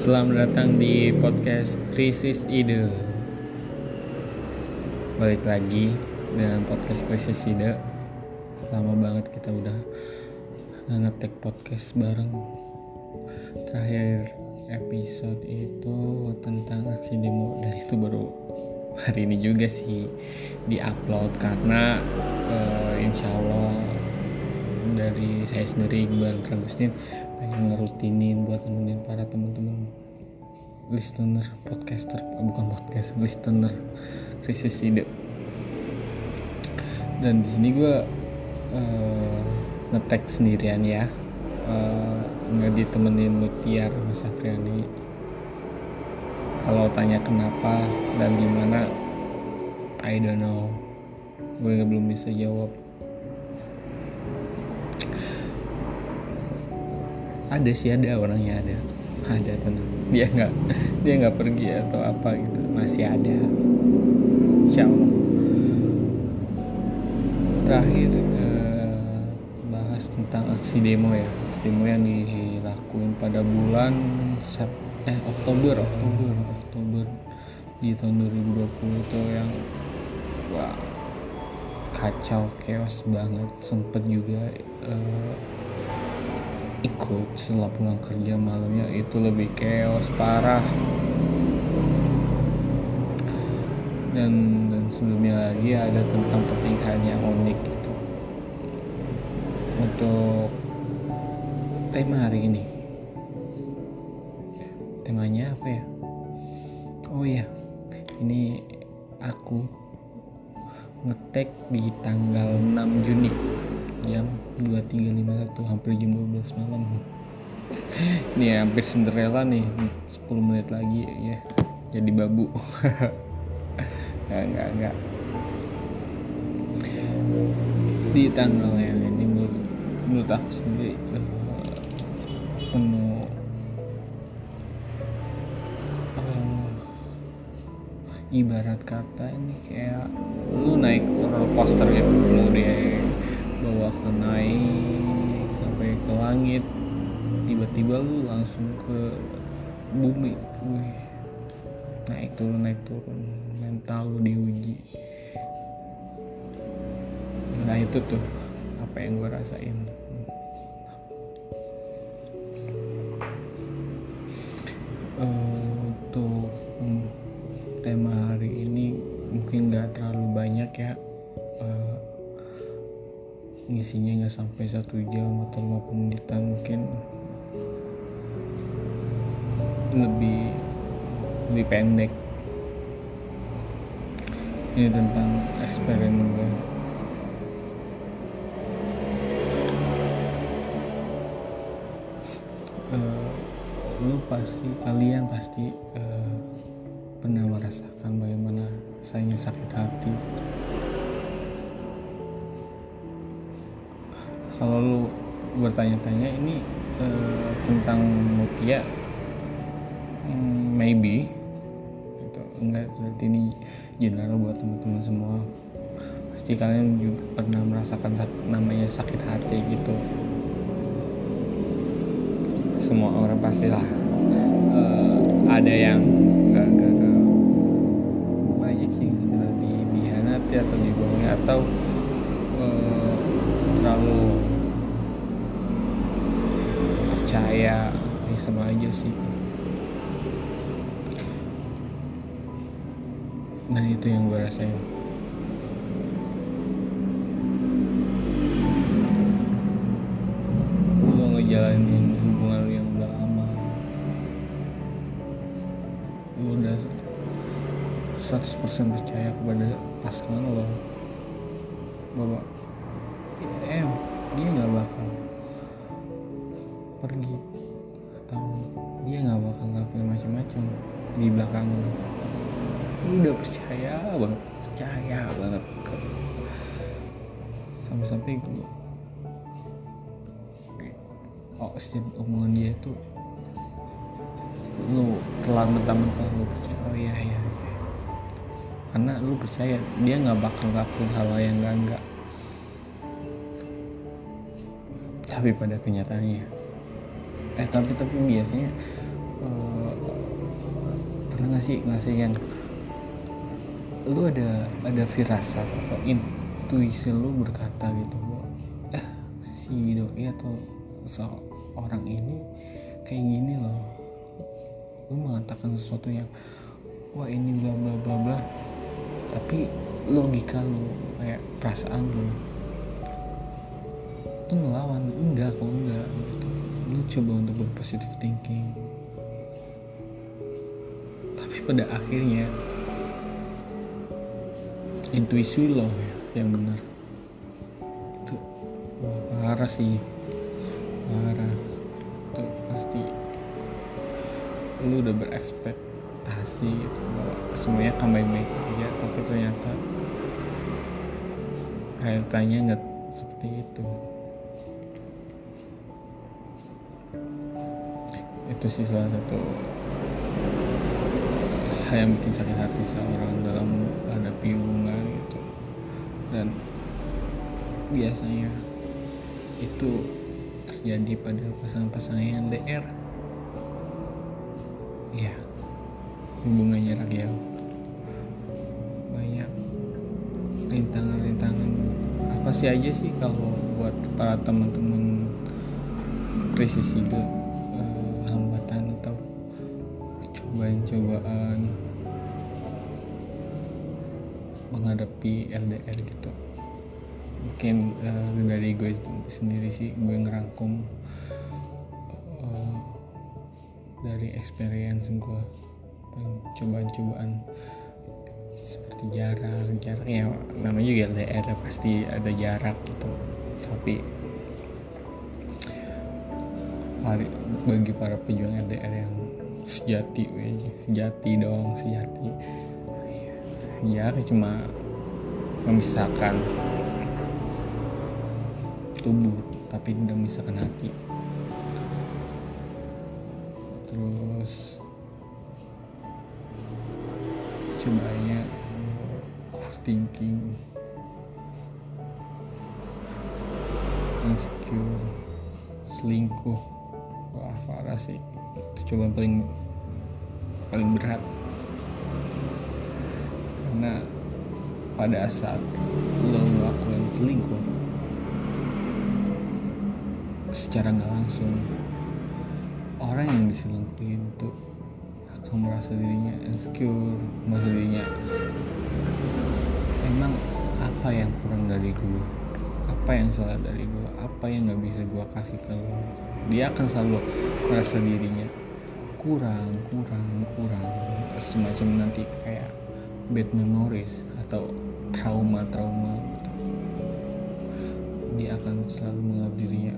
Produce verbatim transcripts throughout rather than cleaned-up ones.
Selamat datang di podcast Krisis Ide. Balik lagi dengan podcast Krisis Ide. Lama banget kita udah nge-tag podcast bareng. Terakhir episode itu tentang aksi demo, dan itu baru hari ini juga sih di-upload karena uh, insya Allah dari saya sendiri, Iqbal Tragustin, pengen ngerutinin buat nemenin para teman-teman listener podcaster, bukan podcast, listener Krisis Ide. Dan di sini gue uh, nge-tag sendirian ya, uh, nggak ditemenin Mutiar sama Sapriani. Kalau tanya kenapa dan gimana, I don't know, gue belum bisa jawab. Ada sih, ada orangnya, ada ada tenang, dia nggak dia nggak pergi atau apa gitu, masih ada, insya Allah. Terakhir eh, bahas tentang aksi demo ya, aksi demo yang dilakuin pada bulan Sep, eh Oktober Oktober Oktober di tahun dua ribu dua puluh tuh, yang wah kacau, chaos banget. Sempet juga eh, ikut setelah pulang kerja malamnya, itu lebih chaos parah. Dan, dan sebelumnya lagi ada tentang pernikahan yang unik gitu. Untuk tema hari ini, temanya apa ya? Oh iya, ini aku nge-tag di tanggal enam Juni jam dua puluh tiga lima puluh satu, hampir jam dua belas malam. Ini ya, hampir Cinderella nih, sepuluh menit lagi ya jadi babu. Enggak, enggak, enggak. Di tanggal yang ini menurut, menurut aku sendiri uh, penuh uh, ibarat kata ini kayak lu naik roller coaster gitu, lu dia bawa ke naik sampai ke langit, tiba-tiba lu langsung ke bumi. Wih, naik turun naik turun, mental lu diuji. Nah itu tuh apa yang gue rasain. Uh, untuk hmm, tema hari ini mungkin nggak terlalu banyak ya, uh, ngisinya nggak sampai satu jam atau lima puluh menitan, mungkin lebih lebih pendek. Ini tentang eksperimen gue. Uh, lu pasti, kalian pasti uh, pernah merasakan bagaimana rasanya sakit hati. Kalau lu bertanya-tanya ini uh, tentang Mutia, hmm, maybe itu enggak, berarti ini general buat teman-teman semua. Pasti kalian juga pernah merasakan sak- namanya sakit hati gitu. Semua orang pastilah uh, ada yang enggak, enggak, enggak banyak sih, di dihianati atau dibohongi atau uh, terlalu percaya, ya sama aja sih. Dan itu yang gue rasain. Lu ngejalanin hubungan lu yang udah lama, lu udah seratus persen percaya kepada pasangan lo bahwa eh dia gak bakal pergi atau dia gak bakal ngelakuin macam-macam di belakang lo. Lu udah percaya banget, percaya banget, sampai-sampai gue oh setiap omongan dia tuh lu telan mentah-mentah, lu percaya, oh iya iya, karena lu percaya dia nggak bakal ngelakuin hal yang enggak-enggak. Tapi pada kenyataannya eh tapi tapi biasanya uh, pernah nggak sih ngasih yang lu ada ada firasat atau intuisi lu berkata gitu bahwa eh si doi atau seorang ini kayak gini loh, lu mengatakan sesuatu yang wah ini bla bla bla bla, tapi logika lu kayak perasaan lu tuh ngelawan, enggak kok enggak gitu. Lu coba untuk berpositive thinking, tapi pada akhirnya intuisi lo yang benar itu. Wah parah sih, parah itu. Pasti lu udah berekspektasi gitu bahwa semuanya akan baik-baik aja, tapi ternyata realitanya nggak seperti itu. Itu sih salah satu hal yang bikin sakit hati seorang dalam menghadapi hubungan gitu. Dan biasanya itu terjadi pada pasangan-pasangan yang L D R. Ya, hubungannya jarak jauh, banyak rintangan-rintangan apa sih aja sih kalau buat para teman-teman krisis hidup, eh, hambatan atau cobaan-cobaan menghadapi L D R gitu. Mungkin uh, dari gue sendiri sih, gue ngerangkum uh, dari experience gue, cobaan-cobaan seperti jarak, jarak ya namanya juga L D R, pasti ada jarak gitu. Tapi bagi para pejuang L D R yang sejati, sejati dong, sejati. Jarak cuma memisahkan tubuh, tapi tidak memisahkan hati. Terus cobanya overthinking, insecure, selingkuh. Wah parah sih, itu cobaan paling paling berat. Karena pada saat lo melakukan selingkuh, secara nggak langsung orang yang diselingkuhin itu akan merasa dirinya insecure, merasa dirinya emang apa yang kurang dari gue, apa yang salah dari gue, apa yang nggak bisa gue kasih ke lo. Dia akan selalu merasa dirinya kurang, kurang, kurang, semacam nanti kayak bad memories atau trauma-trauma gitu. Dia akan selalu menganggap dirinya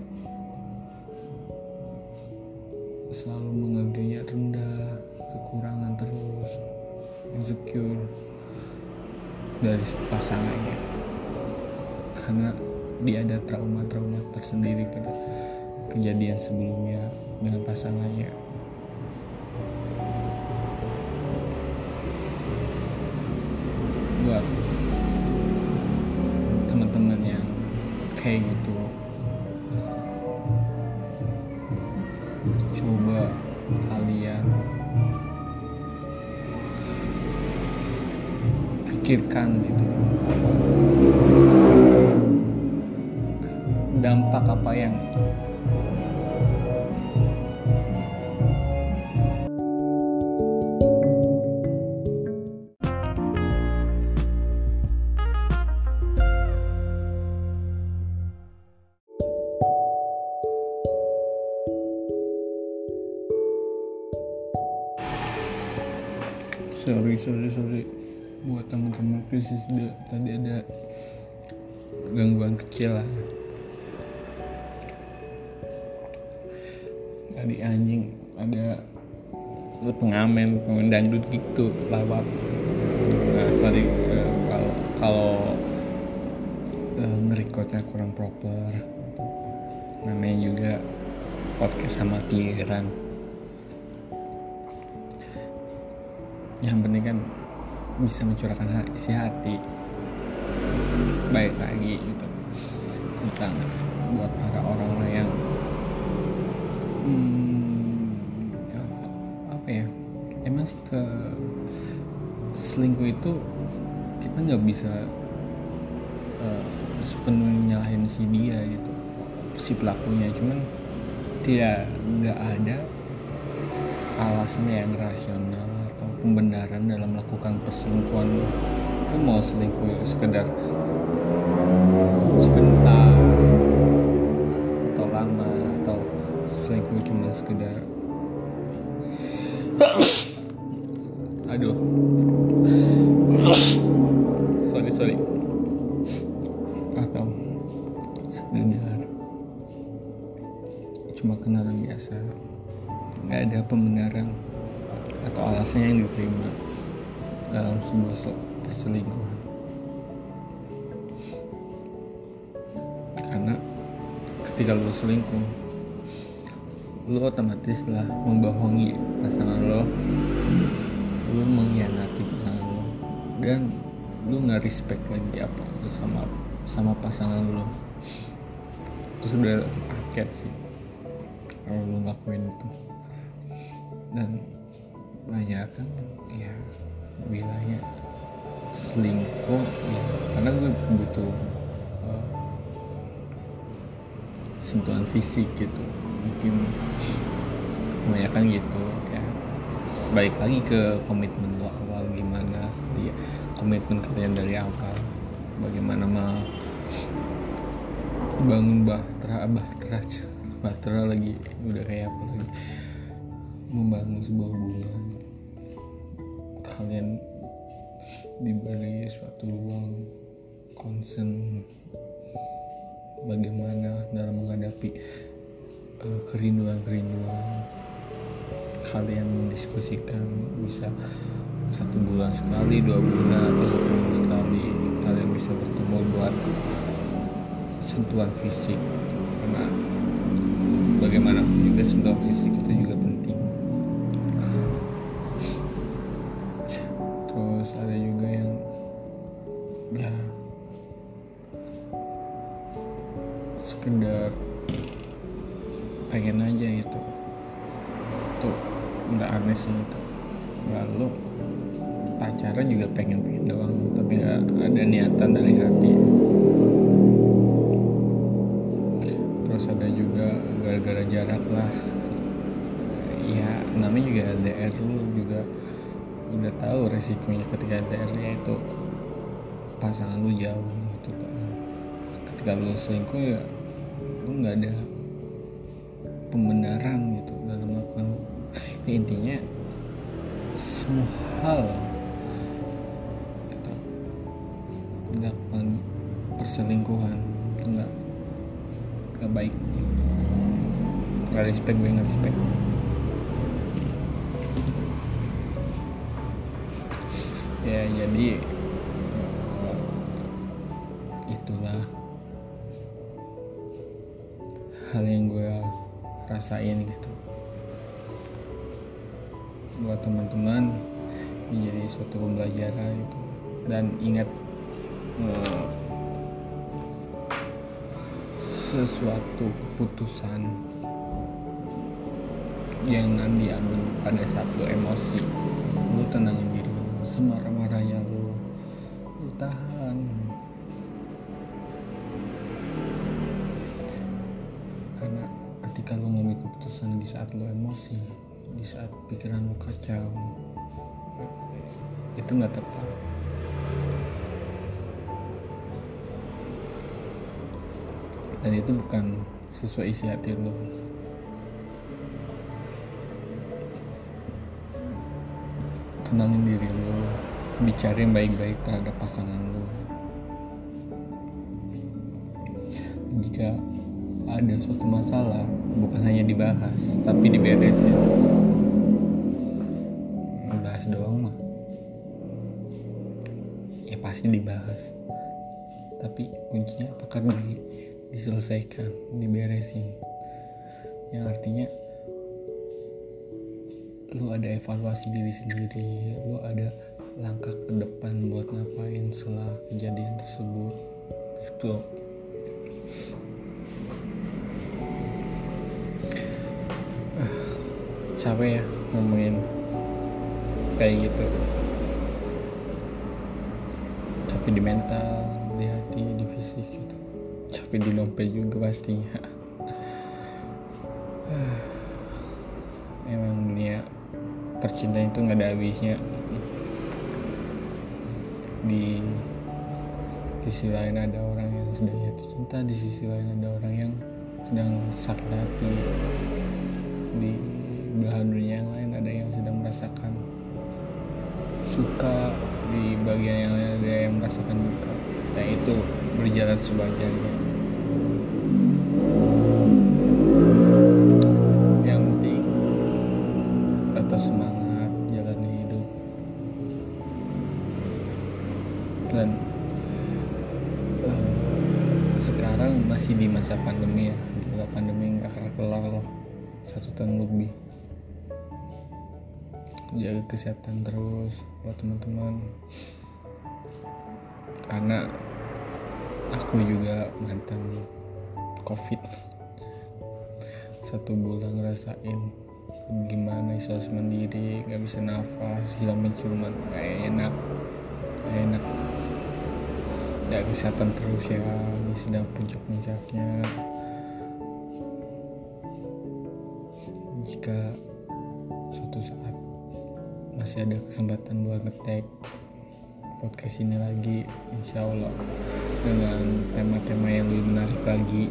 selalu menganggap dirinya rendah, kekurangan terus, insecure dari pasangannya, karena dia ada trauma-trauma tersendiri pada kejadian sebelumnya dengan pasangannya. Buat teman-teman yang kayak gitu, coba kalian pikirkan gitu, dampak apa yang sorry sorry sorry buat teman-teman krisis hidup. Tadi ada gangguan kecil lah, tadi anjing ada pengamen pengamen dangdut gitu lewat. Nah, sorry uh, kalau kalau uh, nge-recordnya kurang proper, namanya juga podcast sama pikiran. Yang penting kan bisa mencurahkan isi hati. Baik lagi gitu tentang buat para orang yang hmm, apa ya, emang sih ke selingkuh itu kita nggak bisa uh, sepenuhnya nyalahin si dia gitu, si pelakunya. Cuman tidak nggak ada alasan yang rasional atau pembenaran dalam melakukan perselingkuhan. Lu mau selingkuh sekedar sebentar atau lama, atau selingkuh cuma sekedar aduh sorry sorry atau sekedar cuma kenalan biasa, nggak ada pembenaran atau alasan yang diterima dalam sebuah perselingkuhan. Karena ketika lu selingkuh, lu otomatis lah membohongi pasangan lo, lu mengkhianati pasangan lo, dan lu nggak respect lagi apa sama sama pasangan lo. Itu sudah paket sih kalau lu ngelakuin itu. Dan banyak kan ya bilangnya selingkuh ya karena gue butuh uh, sentuhan fisik gitu, mungkin kebanyakan gitu ya. Balik lagi ke komitmen lo awal, gimana dia komitmen kalian dari awal, bagaimana mau bangun bahtera bahtera bahtera lagi udah kayak apa lagi, membangun sebuah hubungan. Kalian diberi suatu ruang concern bagaimana dalam menghadapi uh, kerinduan-kerinduan. Kalian mendiskusikan bisa satu bulan sekali, dua bulan atau satu minggu sekali kalian bisa bertemu buat sentuhan fisik gitu. Karena bagaimanapun juga sentuhan fisik itu juga penting. Terus ada juga yang ya sekedar pengen aja gitu, tuh nggak aneh sih itu. Lalu pacaran juga pengen-pengen doang, tapi nggak ada niatan dari hati. Terus ada juga gara-gara jarak lah, ya namanya juga L D R, lu juga udah tahu resikonya ketika L D R-nya itu pasangan lu jauh gitu kan. Ketika lu selingkuh ya lu nggak ada pembenaran gitu dalam melakukan ya, intinya semua hal itu dilakukan perselingkuhan itu nggak nggak baik, nggak respect, gue nggak respect. Ya jadi uh, itulah hal yang gue rasain gitu. Buat teman-teman ini jadi suatu pembelajaran itu. Dan ingat uh, sesuatu keputusan jangan diambil pada saat lu emosi. Lu tenangin diri lu, semarah-marahnya lu lu tahan. Karena ketika lu ngambil keputusan di saat lu emosi, di saat pikiran lu kacau, itu nggak tepat. Dan itu bukan sesuai isi hati lu. Tenangin diri lu, bicara yang baik-baik terhadap pasangan lu. Jika ada suatu masalah, bukan hanya dibahas, tapi diberesin. Bahas doang mah ya pasti dibahas, tapi kuncinya apakah di, diselesaikan, diberesin. Yang artinya lu ada evaluasi diri sendiri, lu ada langkah ke depan buat ngapain setelah kejadian tersebut. Itu uh, capek ya ngomongin kayak gitu. Capek di mental, di hati, di fisik gitu. Capek di dompet juga pastinya. Emang dunia percintaan itu nggak ada habisnya. Di sisi lain ada orang yang sedang jatuh cinta, di sisi lain ada orang yang sedang sakit hati, di belahan dunia yang lain ada yang sedang merasakan suka, di bagian yang lain ada yang merasakan duka. Dan itu berjalan sewajarnya. Yang penting tetap semangat jalani hidup. Dan sekarang masih di masa pandemi ya, gila pandemi nggak kelar-kelar loh, satu tahun lebih. Jaga kesehatan terus buat teman-teman, karena aku juga mantan covid, satu bulan ngerasain gimana isolasi mandiri, nggak bisa nafas, hilang penciuman, nggak enak, nggak enak. Jaga kesehatan terus ya, ini sedang puncak-puncaknya. Jika suatu saat masih ada kesempatan buat nge-tag podcast ini lagi, insya Allah dengan tema-tema yang lebih menarik lagi,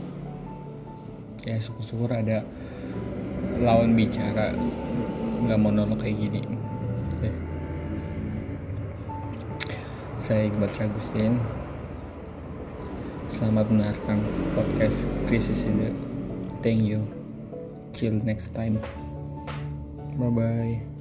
ya syukur-syukur ada lawan bicara, nggak monolog kayak gini. Oke. Saya Iqbal Tragustin. Selamat mendengarkan podcast Krisis Ide. Thank you. Till next time. Bye bye.